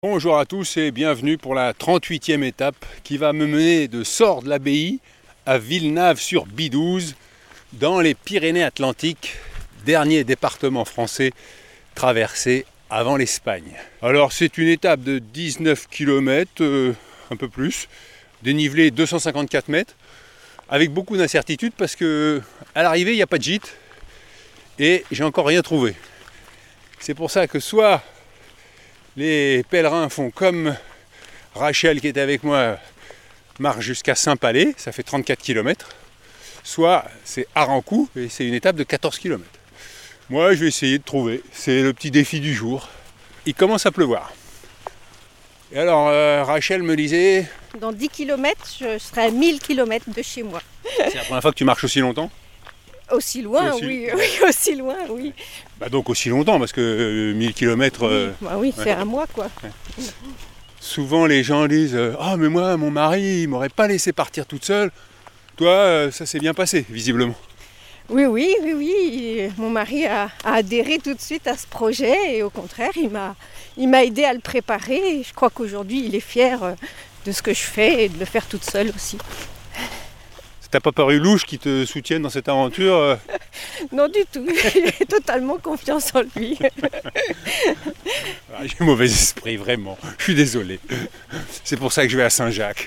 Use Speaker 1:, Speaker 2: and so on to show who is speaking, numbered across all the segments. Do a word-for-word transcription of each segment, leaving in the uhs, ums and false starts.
Speaker 1: Bonjour à tous et bienvenue pour la trente-huitième étape qui va me mener de Sordes-l'Abbaye à Villenave-sur-Bidouze dans les Pyrénées-Atlantiques, dernier département français traversé avant l'Espagne. Alors c'est une étape de dix-neuf kilomètres, euh, un peu plus, dénivelé deux cent cinquante-quatre mètres, avec beaucoup d'incertitudes parce que à l'arrivée il n'y a pas de gîte et j'ai encore rien trouvé. C'est pour ça que soit les pèlerins font comme Rachel qui était avec moi, marche jusqu'à Saint-Palais, ça fait trente-quatre kilomètres, soit c'est Arancou et c'est une étape de quatorze kilomètres. Moi je vais essayer de trouver, c'est le petit défi du jour. Il commence à pleuvoir. Et alors euh, Rachel me disait...
Speaker 2: Dans dix kilomètres, je serai à mille kilomètres de chez moi.
Speaker 1: C'est la première fois que tu marches aussi longtemps ?
Speaker 2: Aussi loin,
Speaker 1: aussi...
Speaker 2: oui, oui, aussi loin, oui.
Speaker 1: Bah donc aussi longtemps, parce que euh, mille kilomètres...
Speaker 2: Oui,
Speaker 1: euh...
Speaker 2: bah oui c'est ouais. un mois, quoi.
Speaker 1: Ouais. Souvent les gens disent « Ah, oh, mais moi, mon mari, il m'aurait pas laissé partir toute seule. » Toi, euh, ça s'est bien passé, visiblement.
Speaker 2: Oui, oui, oui, oui. Mon mari a, a adhéré tout de suite à ce projet et au contraire, il m'a, il m'a aidé à le préparer. Et je crois qu'aujourd'hui, il est fier de ce que je fais et de le faire toute seule aussi.
Speaker 1: T'as pas paru louche qui te soutienne dans cette aventure euh...
Speaker 2: Non du tout, j'ai totalement confiance en lui.
Speaker 1: ah, j'ai mauvais esprit, vraiment, je suis désolé. C'est pour ça que je vais à Saint-Jacques.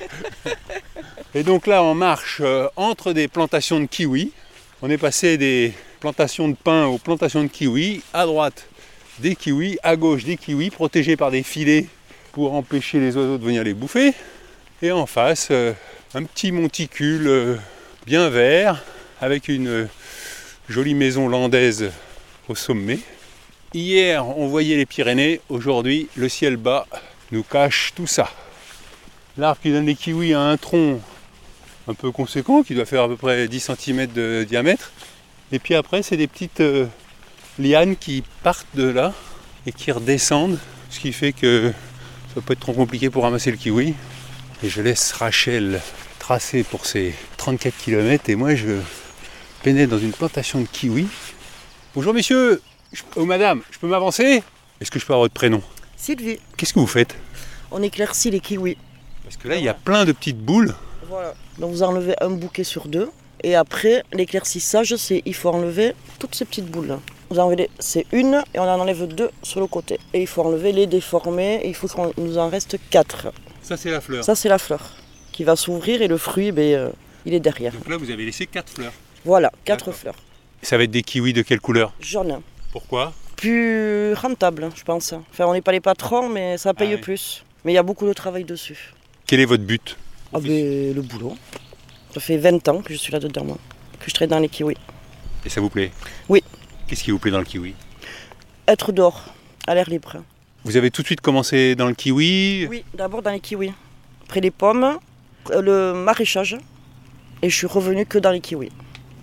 Speaker 1: Et donc là on marche euh, entre des plantations de kiwis. On est passé des plantations de pin aux plantations de kiwis. À droite des kiwis, à gauche des kiwis protégés par des filets pour empêcher les oiseaux de venir les bouffer. Et en face, euh, un petit monticule euh, bien vert, avec une jolie maison landaise au sommet. Hier, on voyait les Pyrénées. Aujourd'hui, le ciel bas nous cache tout ça. L'arbre qui donne les kiwis a un tronc un peu conséquent, qui doit faire à peu près dix centimètres de diamètre. Et puis après, c'est des petites euh, lianes qui partent de là et qui redescendent, ce qui fait que ça peut être trop compliqué pour ramasser le kiwi. Et je laisse Rachel tracer pour ses trente-quatre kilomètres et moi je pénètre dans une plantation de kiwis. Bonjour messieurs, je, oh madame, je peux m'avancer ? Est-ce que je peux avoir votre prénom ?
Speaker 3: Sylvie.
Speaker 1: Qu'est-ce que vous faites ?
Speaker 3: On éclaircit les kiwis.
Speaker 1: Parce que là il y a plein de petites boules.
Speaker 3: Voilà. Donc vous enlevez un bouquet sur deux et après l'éclaircissage c'est il faut enlever toutes ces petites boules là. Vous enlevez c'est une et on en enlève deux sur le côté. Et il faut enlever les déformer et il faut qu'il nous en reste quatre.
Speaker 1: Ça c'est la fleur.
Speaker 3: Ça c'est la fleur qui va s'ouvrir et le fruit ben, euh, il est derrière.
Speaker 1: Donc là vous avez laissé quatre fleurs.
Speaker 3: Voilà, quatre
Speaker 1: D'accord.
Speaker 3: fleurs.
Speaker 1: Ça va être des kiwis de quelle couleur ?
Speaker 3: Jaune.
Speaker 1: Pourquoi ?
Speaker 3: Plus rentable je pense. Enfin on n'est pas les patrons mais ça paye ah, oui. plus. Mais il y a beaucoup de travail dessus.
Speaker 1: Quel est votre but ?
Speaker 3: Ah ben le boulot. Ça fait vingt ans que je suis là-dedans moi, que je traite dans les kiwis.
Speaker 1: Et ça vous plaît ?
Speaker 3: Oui.
Speaker 1: Qu'est-ce qui vous plaît dans le kiwi ?
Speaker 3: Être dehors, à l'air libre.
Speaker 1: Vous avez tout de suite commencé dans le kiwi ?
Speaker 3: Oui, d'abord dans les kiwis. Après les pommes, le maraîchage. Et je suis revenue que dans les kiwis.
Speaker 1: Pourquoi ?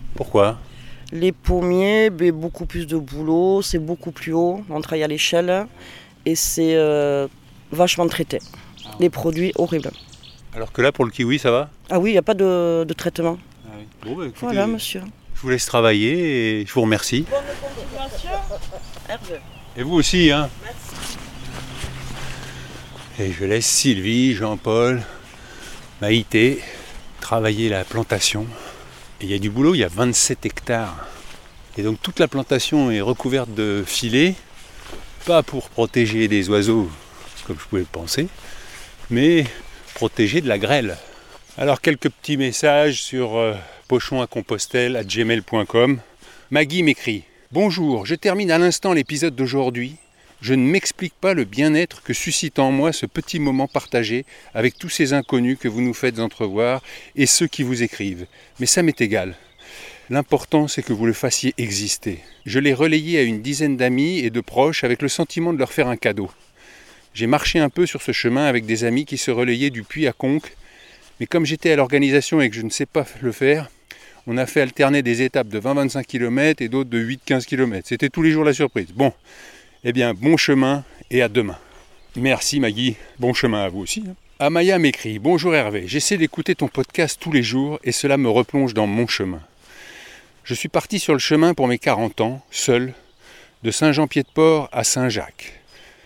Speaker 3: Les pommiers, ben, beaucoup plus de boulot, c'est beaucoup plus haut, on travaille à l'échelle. Et c'est euh, vachement traité. Ah. Les produits horribles.
Speaker 1: Alors que là, pour le kiwi, ça va ?
Speaker 3: Ah oui, il n'y a pas de, de traitement.
Speaker 1: Ah oui. Bon, bah, écoutez,
Speaker 3: voilà, monsieur.
Speaker 1: Je vous laisse travailler et je vous remercie.
Speaker 3: Bonne continuation, Hervé.
Speaker 1: Et vous aussi, hein ?
Speaker 3: Merci.
Speaker 1: Et je laisse Sylvie, Jean-Paul, Maïté travailler la plantation. Et il y a du boulot, il y a vingt-sept hectares. Et donc toute la plantation est recouverte de filets, pas pour protéger les oiseaux, comme je pouvais le penser, mais protéger de la grêle. Alors quelques petits messages sur euh, pochon à compostelle arobase gmail point com. Maggie m'écrit « Bonjour, je termine à l'instant l'épisode d'aujourd'hui. Je ne m'explique pas le bien-être que suscite en moi ce petit moment partagé avec tous ces inconnus que vous nous faites entrevoir et ceux qui vous écrivent. Mais ça m'est égal. L'important, c'est que vous le fassiez exister. Je l'ai relayé à une dizaine d'amis et de proches avec le sentiment de leur faire un cadeau. J'ai marché un peu sur ce chemin avec des amis qui se relayaient du Puy à Conques, mais comme j'étais à l'organisation et que je ne sais pas le faire, on a fait alterner des étapes de vingt à vingt-cinq kilomètres et d'autres de huit à quinze kilomètres. C'était tous les jours la surprise. Bon, eh bien, bon chemin et à demain. Merci Maggie, bon chemin à vous aussi. Amaya m'écrit « Bonjour Hervé, j'essaie d'écouter ton podcast tous les jours et cela me replonge dans mon chemin. Je suis parti sur le chemin pour mes quarante ans, seul, de Saint-Jean-Pied-de-Port à Saint-Jacques.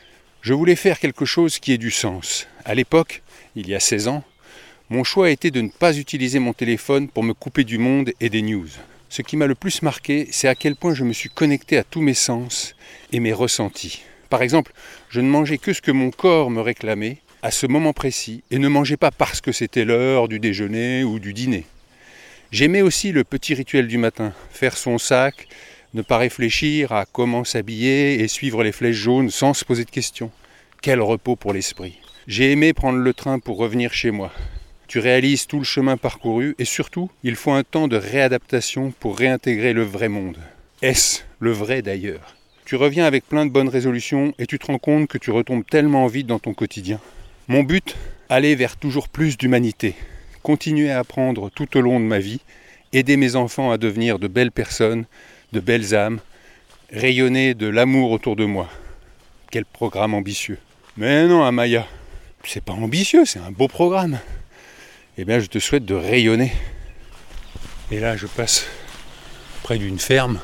Speaker 1: Je voulais faire quelque chose qui ait du sens. À l'époque, il y a seize ans, mon choix était de ne pas utiliser mon téléphone pour me couper du monde et des news. Ce qui m'a le plus marqué, c'est à quel point je me suis connecté à tous mes sens et mes ressentis. Par exemple, je ne mangeais que ce que mon corps me réclamait à ce moment précis et ne mangeais pas parce que c'était l'heure du déjeuner ou du dîner. J'aimais aussi le petit rituel du matin, faire son sac, ne pas réfléchir à comment s'habiller et suivre les flèches jaunes sans se poser de questions. Quel repos pour l'esprit. J'ai aimé prendre le train pour revenir chez moi. Tu réalises tout le chemin parcouru et surtout, il faut un temps de réadaptation pour réintégrer le vrai monde. Est-ce le vrai d'ailleurs ? Tu reviens avec plein de bonnes résolutions et tu te rends compte que tu retombes tellement vite dans ton quotidien. Mon but, aller vers toujours plus d'humanité. Continuer à apprendre tout au long de ma vie, aider mes enfants à devenir de belles personnes, de belles âmes, rayonner de l'amour autour de moi. Quel programme ambitieux. Mais non, Amaya, c'est pas ambitieux, c'est un beau programme. Eh bien, je te souhaite de rayonner. Et là, je passe près d'une ferme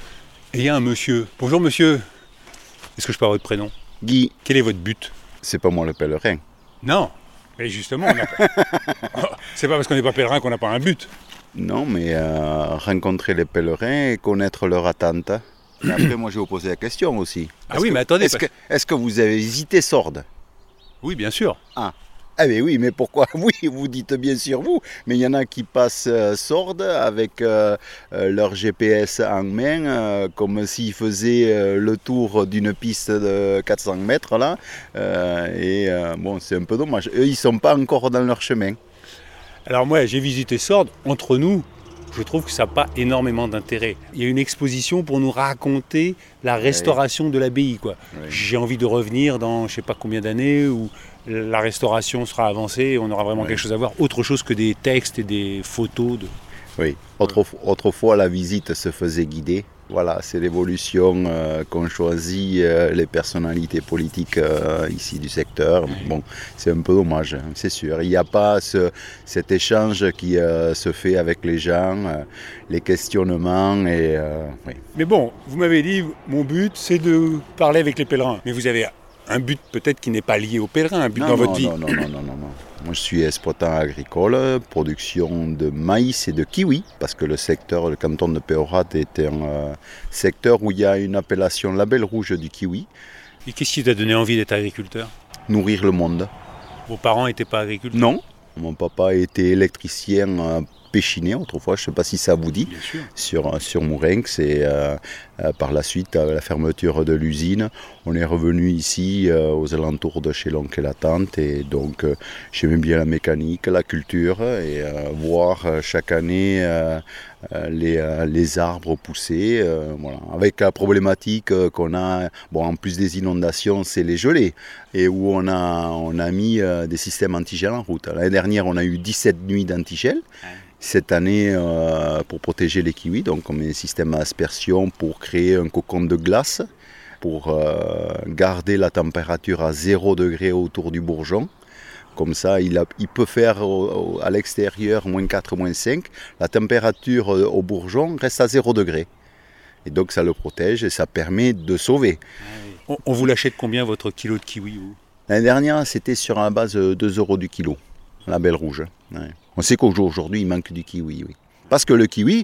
Speaker 1: et il y a un monsieur. Bonjour monsieur, est-ce que je peux avoir votre prénom ?
Speaker 4: Guy.
Speaker 1: Quel est votre but ?
Speaker 4: C'est pas moi le pèlerin.
Speaker 1: Non, mais justement, on a pas... c'est pas parce qu'on n'est pas pèlerin qu'on n'a pas un but.
Speaker 4: Non, mais euh, rencontrer les pèlerins et connaître leur attente. Et après, moi, je vais vous poser la question aussi.
Speaker 1: Ah oui, que, mais attendez.
Speaker 4: Est-ce, parce... que, est-ce que vous avez visité Sordes ?
Speaker 1: Oui, bien sûr.
Speaker 4: Ah. Ah ben oui, mais pourquoi ? Oui, vous dites bien sûr vous, mais il y en a qui passent euh, Sordes avec euh, euh, leur G P S en main, euh, comme s'ils faisaient euh, le tour d'une piste de quatre cents mètres là, euh, et euh, bon, c'est un peu dommage. Eux, ils ne sont pas encore dans leur chemin.
Speaker 1: Alors moi, j'ai visité Sordes, entre nous, je trouve que ça n'a pas énormément d'intérêt. Il y a une exposition pour nous raconter la restauration oui. de l'abbaye, quoi. Oui. J'ai envie de revenir dans je ne sais pas combien d'années où la restauration sera avancée et on aura vraiment oui. quelque chose à voir, autre chose que des textes et des photos. De...
Speaker 4: Oui, Autre, autrefois la visite se faisait guider. Voilà, c'est l'évolution euh, qu'ont choisi euh, les personnalités politiques euh, ici du secteur. Bon, c'est un peu dommage, hein, c'est sûr. Il n'y a pas ce, cet échange qui euh, se fait avec les gens, euh, les questionnements. Et, euh, oui.
Speaker 1: Mais bon, vous m'avez dit, mon but, c'est de parler avec les pèlerins. Mais vous avez un but peut-être qui n'est pas lié aux pèlerins, un but
Speaker 4: non,
Speaker 1: dans
Speaker 4: non,
Speaker 1: votre vie.
Speaker 4: Non, non, non, non, non, non. Moi, je suis exploitant agricole, production de maïs et de kiwi, parce que le secteur, le canton de Péorat est un euh, secteur où il y a une appellation label rouge du kiwi.
Speaker 1: Et qu'est-ce qui t'a donné envie d'être agriculteur ?
Speaker 4: Nourrir le monde.
Speaker 1: Vos parents n'étaient pas agriculteurs ?
Speaker 4: Non, mon papa était électricien euh, Péchiné autrefois, je ne sais pas si ça vous dit, sur, sur Mourenx. Et euh, euh, par la suite, à la fermeture de l'usine, on est revenu ici euh, aux alentours de chez l'oncle et la tante. Et donc, euh, j'aimais bien la mécanique, la culture et euh, voir euh, chaque année euh, euh, les, euh, les arbres pousser. Euh, voilà. Avec la problématique euh, qu'on a, bon, en plus des inondations, c'est les gelées. Et où on a, on a mis euh, des systèmes antigel en route. L'année dernière, on a eu dix-sept nuits d'antigel. Cette année, euh, pour protéger les kiwis, donc on met un système à aspersion pour créer un cocon de glace, pour euh, garder la température à zéro degré autour du bourgeon. Comme ça, il, a, il peut faire au, au, à l'extérieur moins quatre, moins cinq. La température au bourgeon reste à zéro degré. Et donc ça le protège et ça permet de sauver.
Speaker 1: On, on vous l'achète combien votre kilo de kiwi vous ?
Speaker 4: L'année dernière, c'était sur la base de deux euros du kilo, la belle rouge. Ouais. On sait qu'aujourd'hui, il manque du kiwi, oui. Parce que le kiwi,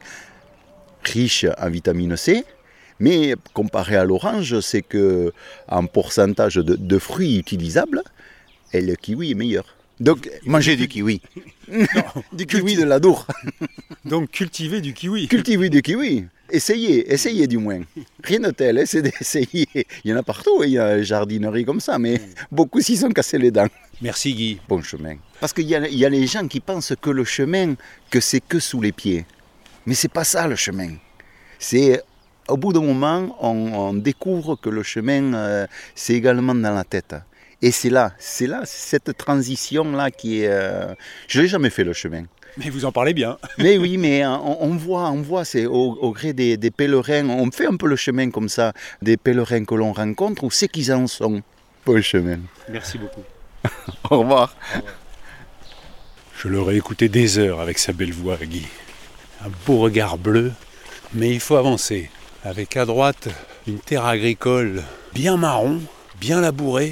Speaker 4: riche en vitamine C, mais comparé à l'orange, c'est qu'en pourcentage de, de fruits utilisables, et le kiwi est meilleur. Donc, mangez du kiwi. Non, du kiwi de l'Adour.
Speaker 1: Donc, cultivez du kiwi.
Speaker 4: Cultivez du kiwi. Essayez, essayez du moins. Rien de tel, essayez d'essayer. Il y en a partout, il y a une jardinerie comme ça, mais beaucoup s'y sont cassés les dents.
Speaker 1: Merci Guy.
Speaker 4: Bon chemin. Parce qu'il y a, il y a les gens qui pensent que le chemin, que c'est que sous les pieds. Mais c'est pas ça le chemin. C'est, au bout d'un moment, on, on découvre que le chemin, euh, c'est également dans la tête. Et c'est là, c'est là, cette transition-là qui est... Euh... Je n'ai jamais fait le chemin.
Speaker 1: Mais vous en parlez bien.
Speaker 4: Mais oui, mais on, on voit, on voit, c'est au, au gré des, des pèlerins, on fait un peu le chemin comme ça, des pèlerins que l'on rencontre, où c'est qu'ils en sont. Bon chemin.
Speaker 1: Merci beaucoup.
Speaker 4: Au revoir.
Speaker 1: Au revoir. Je l'aurais écouté des heures avec sa belle voix, Guy. Un beau regard bleu, mais il faut avancer. Avec à droite une terre agricole bien marron, bien labourée,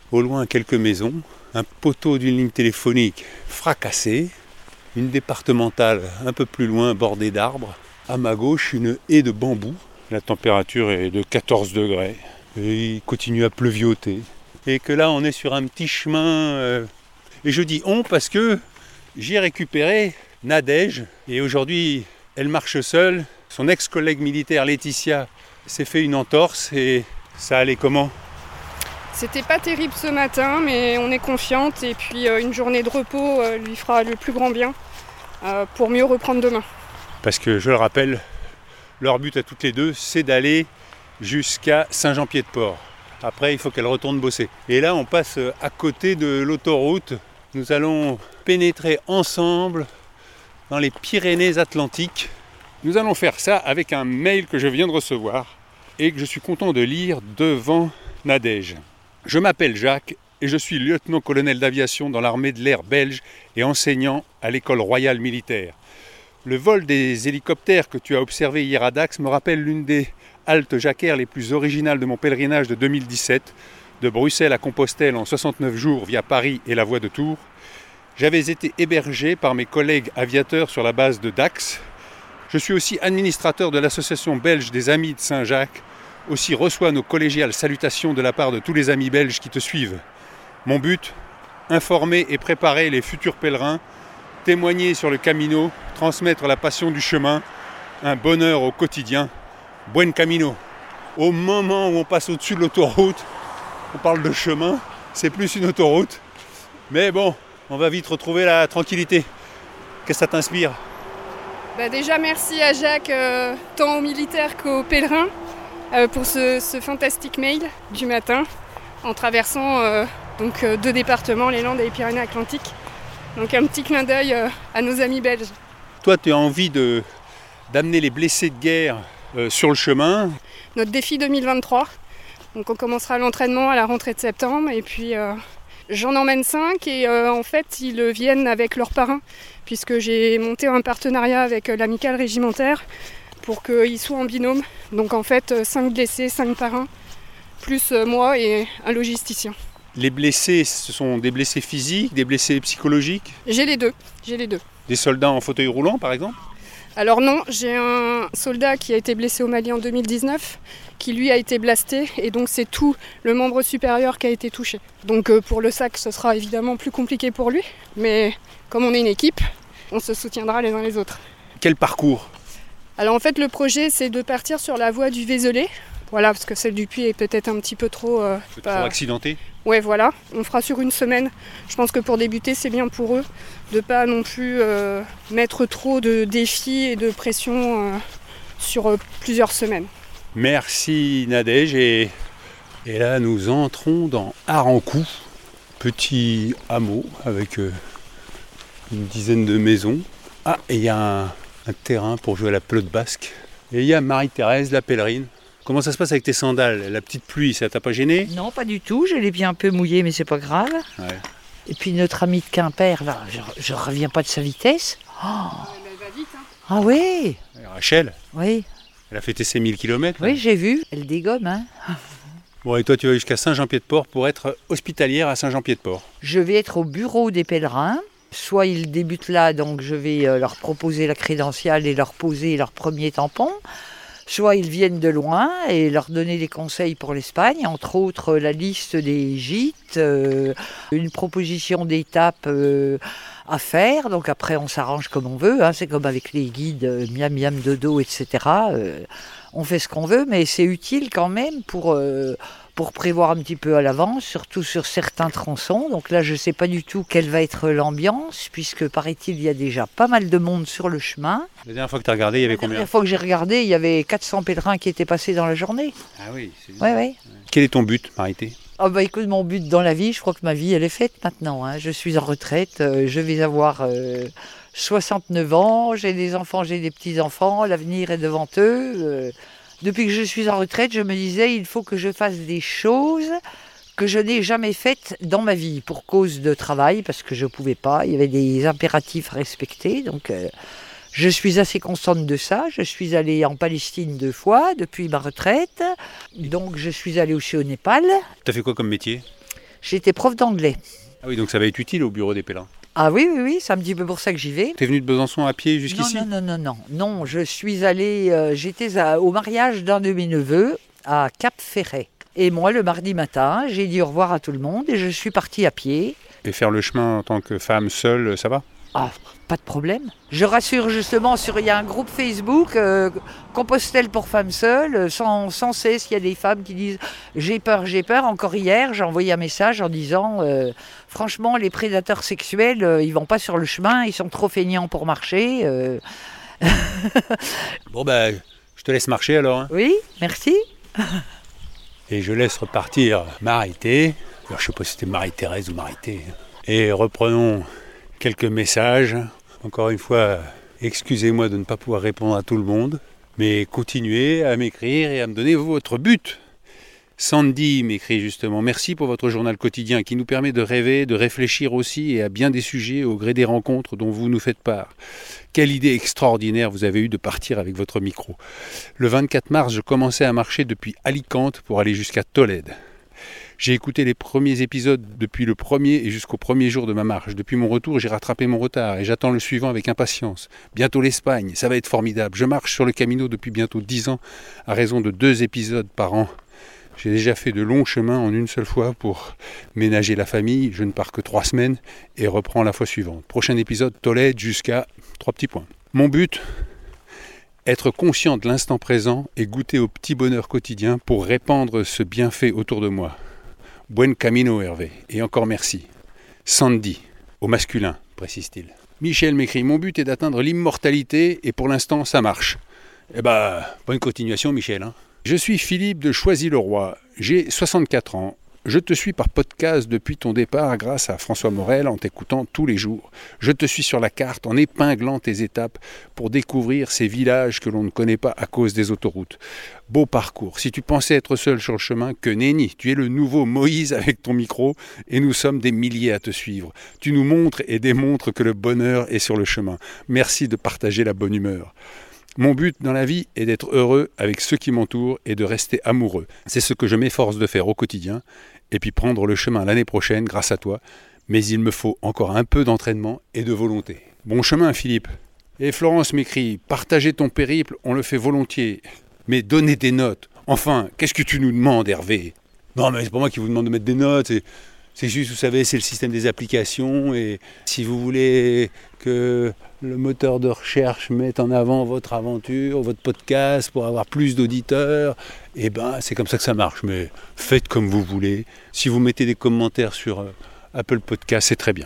Speaker 1: Au loin, quelques maisons, un poteau d'une ligne téléphonique fracassé, une départementale un peu plus loin bordée d'arbres. À ma gauche, une haie de bambou. La température est de quatorze degrés. Et il continue à pleuvioter. Et que là, on est sur un petit chemin. Euh... Et je dis on parce que j'ai récupéré Nadège. Et aujourd'hui, elle marche seule. Son ex-collègue militaire Laetitia s'est fait une entorse. Et ça allait comment ?
Speaker 5: C'était pas terrible ce matin, mais on est confiante. Et puis euh, une journée de repos euh, lui fera le plus grand bien euh, pour mieux reprendre demain.
Speaker 1: Parce que je le rappelle, leur but à toutes les deux, c'est d'aller jusqu'à Saint-Jean-Pied-de-Port. Après, il faut qu'elle retourne bosser. Et là, on passe à côté de l'autoroute. Nous allons pénétrer ensemble dans les Pyrénées-Atlantiques. Nous allons faire ça avec un mail que je viens de recevoir et que je suis content de lire devant Nadège. Je m'appelle Jacques et je suis lieutenant-colonel d'aviation dans l'armée de l'air belge et enseignant à l'école royale militaire. Le vol des hélicoptères que tu as observé hier à Dax me rappelle l'une des haltes jacquères les plus originales de mon pèlerinage de deux mille dix-sept, de Bruxelles à Compostelle en soixante-neuf jours via Paris et la voie de Tours. J'avais été hébergé par mes collègues aviateurs sur la base de Dax. Je suis aussi administrateur de l'association belge des Amis de Saint-Jacques, aussi reçois nos collégiales salutations de la part de tous les amis belges qui te suivent. Mon but, informer et préparer les futurs pèlerins, témoigner sur le Camino, transmettre la passion du chemin, un bonheur au quotidien. Buen Camino. Au moment où on passe au-dessus de l'autoroute, on parle de chemin, c'est plus une autoroute. Mais bon, on va vite retrouver la tranquillité. Qu'est-ce que ça t'inspire ?
Speaker 5: Bah déjà, merci à Jacques, euh, tant aux militaires qu'aux pèlerins, euh, pour ce, ce fantastique mail du matin, en traversant euh, donc, euh, deux départements, les Landes et les Pyrénées-Atlantiques. Donc un petit clin d'œil euh, à nos amis belges.
Speaker 1: Toi, tu as envie de, d'amener les blessés de guerre euh, sur le chemin.
Speaker 5: Notre défi deux mille vingt-trois. Donc on commencera l'entraînement à la rentrée de septembre. Et puis euh, j'en emmène cinq et euh, en fait ils viennent avec leurs parrains. Puisque j'ai monté un partenariat avec euh, l'amicale régimentaire pour qu'ils soient en binôme. Donc en fait cinq blessés, cinq parrains, plus euh, moi et un logisticien.
Speaker 1: Les blessés, ce sont des blessés physiques, des blessés psychologiques ?
Speaker 5: J'ai les deux, j'ai les deux.
Speaker 1: Des soldats en fauteuil roulant, par exemple ?
Speaker 5: Alors non, j'ai un soldat qui a été blessé au Mali en deux mille dix-neuf, qui lui a été blasté, et donc c'est tout le membre supérieur qui a été touché. Donc euh, pour le sac, ce sera évidemment plus compliqué pour lui, mais comme on est une équipe, on se soutiendra les uns les autres.
Speaker 1: Quel parcours ?
Speaker 5: Alors en fait, le projet, c'est de partir sur la voie du Vézelay. Voilà, parce que celle du Puy est peut-être un petit peu trop... Euh,
Speaker 1: C'est
Speaker 5: pas...
Speaker 1: trop accidenté ?
Speaker 5: Ouais, voilà. On fera sur une semaine. Je pense que pour débuter, c'est bien pour eux de ne pas non plus euh, mettre trop de défis et de pression euh, sur euh, plusieurs semaines.
Speaker 1: Merci Nadège. Et, et là, nous entrons dans Arancou, petit hameau avec euh, une dizaine de maisons. Ah, et il y a un, un terrain pour jouer à la pelote basque. Et il y a Marie-Thérèse, la pèlerine. Comment ça se passe avec tes sandales ? La petite pluie, ça t'a pas gêné ?
Speaker 6: Non, pas du tout. Je les pieds un peu mouillés, mais c'est pas grave.
Speaker 1: Ouais.
Speaker 6: Et puis notre ami de Quimper, là, je ne reviens pas de sa vitesse. Oh.
Speaker 5: Elle va vite, hein.
Speaker 6: Ah oui,
Speaker 1: Rachel,
Speaker 6: oui,
Speaker 1: elle a fêté ses mille kilomètres.
Speaker 6: oui, j'ai vu. Elle dégomme, hein.
Speaker 1: Bon, et toi, tu vas jusqu'à Saint-Jean-Pied-de-Port pour être hospitalière à Saint-Jean-Pied-de-Port.
Speaker 6: Je vais être au bureau des pèlerins. Soit ils débutent là, donc je vais leur proposer la crédentiale et leur poser leur premier tampon. Soit ils viennent de loin et leur donner des conseils pour l'Espagne, entre autres la liste des gîtes, euh, une proposition d'étape euh, à faire. Donc après on s'arrange comme on veut, hein. C'est comme avec les guides euh, miam miam dodo, et cetera. Euh, on fait ce qu'on veut, mais c'est utile quand même pour, euh, pour prévoir un petit peu à l'avance, surtout sur certains tronçons. Donc là je ne sais pas du tout quelle va être l'ambiance, puisque paraît-il il y a déjà pas mal de monde sur le chemin.
Speaker 1: La dernière fois que tu as regardé, il y avait
Speaker 6: La
Speaker 1: combien ?
Speaker 6: dernière fois que j'ai regardé, il y avait quatre cents pèlerins qui étaient passés dans la journée.
Speaker 1: Ah oui, c'est
Speaker 6: Ouais, ouais.
Speaker 1: Quel est ton but, Marité ?
Speaker 6: Oh bah écoute, mon but dans la vie, je crois que ma vie elle est faite maintenant, hein. Je suis en retraite, euh, je vais avoir euh, soixante-neuf ans, j'ai des enfants, j'ai des petits-enfants, l'avenir est devant eux. Euh, depuis que je suis en retraite, je me disais il faut que je fasse des choses que je n'ai jamais faites dans ma vie pour cause de travail, parce que je ne pouvais pas, il y avait des impératifs à respecter, donc... Euh, Je suis assez constante de ça. Je suis allée en Palestine deux fois depuis ma retraite. Donc je suis allée aussi au Népal.
Speaker 1: Tu as fait quoi comme métier ?
Speaker 6: J'étais prof d'anglais.
Speaker 1: Ah oui, donc ça va être utile au bureau des Pèlerins.
Speaker 6: Ah oui, oui, oui, c'est un petit peu pour ça que j'y vais.
Speaker 1: T'es venu de Besançon à pied jusqu'ici ?
Speaker 6: Non, non, non, non, non. Non, je suis allée, euh, j'étais à, au mariage d'un de mes neveux à Cap-Ferret. Et moi, le mardi matin, j'ai dit au revoir à tout le monde et je suis partie à pied.
Speaker 1: Et faire le chemin en tant que femme seule, ça va ?
Speaker 6: Ah, pas de problème. Je rassure justement, sur, il y a un groupe Facebook, euh, Compostelle pour femmes seules, sans, sans cesse, il y a des femmes qui disent « j'ai peur, j'ai peur ». Encore hier, j'ai envoyé un message en disant euh, « franchement, les prédateurs sexuels, euh, ils vont pas sur le chemin, ils sont trop feignants pour marcher. Euh... »
Speaker 1: Bon ben, je te laisse marcher alors. Hein.
Speaker 6: Oui, merci.
Speaker 1: Et je laisse repartir Marité. Alors, je ne sais pas si c'était Marie-Thérèse ou Marité. Et reprenons quelques messages. Encore une fois, excusez-moi de ne pas pouvoir répondre à tout le monde, mais continuez à m'écrire et à me donner votre but. Sandy m'écrit justement « Merci pour votre journal quotidien qui nous permet de rêver, de réfléchir aussi et à bien des sujets au gré des rencontres dont vous nous faites part. Quelle idée extraordinaire vous avez eue de partir avec votre micro. Le vingt-quatre mars, je commençais à marcher depuis Alicante pour aller jusqu'à Tolède. J'ai écouté les premiers épisodes depuis le premier et jusqu'au premier jour de ma marche. Depuis mon retour, j'ai rattrapé mon retard et j'attends le suivant avec impatience. Bientôt l'Espagne, ça va être formidable. Je marche sur le Camino depuis bientôt dix ans à raison de deux épisodes par an. J'ai déjà fait de longs chemins en une seule fois pour ménager la famille. Je ne pars que trois semaines et reprends la fois suivante. Prochain épisode, Tolède jusqu'à trois petits points. Mon but, être conscient de l'instant présent et goûter au petit bonheur quotidien pour répandre ce bienfait autour de moi. Buen camino, Hervé. Et encore merci. Sandy, au masculin, précise-t-il. Michel m'écrit, mon but est d'atteindre l'immortalité et pour l'instant, ça marche. Eh ben, bonne continuation, Michel. Hein. Je suis Philippe de Choisy-le-Roi. J'ai soixante-quatre ans. Je te suis par podcast depuis ton départ grâce à François Morel en t'écoutant tous les jours. Je te suis sur la carte en épinglant tes étapes pour découvrir ces villages que l'on ne connaît pas à cause des autoroutes. Beau parcours. Si tu pensais être seul sur le chemin, que nenni. Tu es le nouveau Moïse avec ton micro et nous sommes des milliers à te suivre. Tu nous montres et démontres que le bonheur est sur le chemin. Merci de partager la bonne humeur. Mon but dans la vie est d'être heureux avec ceux qui m'entourent et de rester amoureux. C'est ce que je m'efforce de faire au quotidien et puis prendre le chemin l'année prochaine grâce à toi. Mais il me faut encore un peu d'entraînement et de volonté. Bon chemin, Philippe. Et Florence m'écrit « Partager ton périple, on le fait volontiers. Mais donner des notes. Enfin, qu'est-ce que tu nous demandes, Hervé ?» Non, mais c'est pas moi qui vous demande de mettre des notes. C'est, c'est juste, vous savez, c'est le système des applications. Et si vous voulez que le moteur de recherche mette en avant votre aventure, votre podcast pour avoir plus d'auditeurs, eh ben, c'est comme ça que ça marche. Mais faites comme vous voulez. Si vous mettez des commentaires sur euh, Apple Podcast, c'est très bien.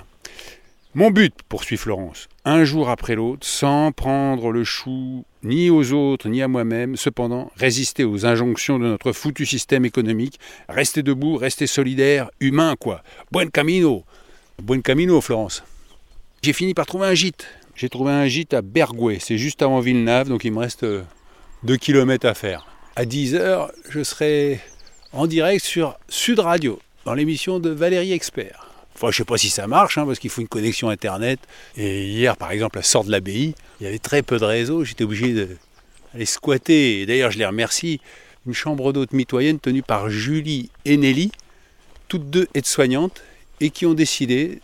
Speaker 1: Mon but, poursuit Florence, un jour après l'autre, sans prendre le chou ni aux autres ni à moi-même, cependant, résister aux injonctions de notre foutu système économique, rester debout, rester solidaire, humain quoi. Buen camino. Buen camino, Florence. J'ai fini par trouver un gîte. J'ai trouvé un gîte à Bergoué, c'est juste avant Villeneuve, donc il me reste deux kilomètres à faire. À dix heures, je serai en direct sur Sud Radio, dans l'émission de Valérie Expert. Enfin, je ne sais pas si ça marche, hein, parce qu'il faut une connexion Internet. Et hier, par exemple, à Sorte de l'Abbaye, il y avait très peu de réseau, j'étais obligé d'aller squatter. Et d'ailleurs, je les remercie, une chambre d'hôte mitoyenne tenue par Julie et Nelly, toutes deux aides-soignantes, et qui ont décidé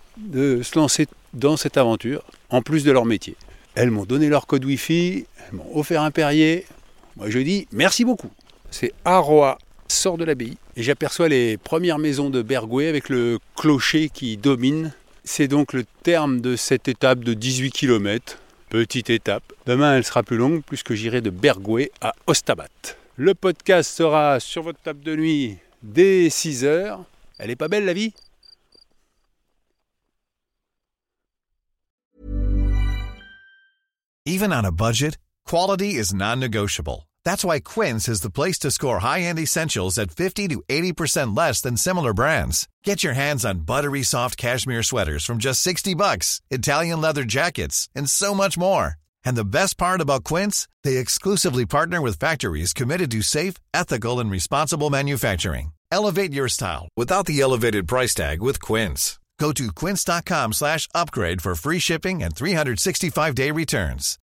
Speaker 1: de se lancer dans cette aventure, en plus de leur métier. Elles m'ont donné leur code Wi-Fi, elles m'ont offert un Perrier. Moi, je dis merci beaucoup. C'est Arroa, Sorte de l'Abbaye. Et j'aperçois les premières maisons de Bergoué avec le clocher qui domine. C'est donc le terme de cette étape de dix-huit kilomètres. Petite étape. Demain, elle sera plus longue puisque j'irai de Bergoué à Ostabat. Le podcast sera sur votre table de nuit dès six heures. Elle est pas belle la vie ?
Speaker 7: Even on a budget, quality is non-negotiable. That's why Quince is the place to score high-end essentials at fifty to eighty percent less than similar brands. Get your hands on buttery soft cashmere sweaters from just sixty bucks, Italian leather jackets, and so much more. And the best part about Quince, they exclusively partner with factories committed to safe, ethical, and responsible manufacturing. Elevate your style without the elevated price tag with Quince. Go to quince.com slash upgrade for free shipping and three sixty-five day returns.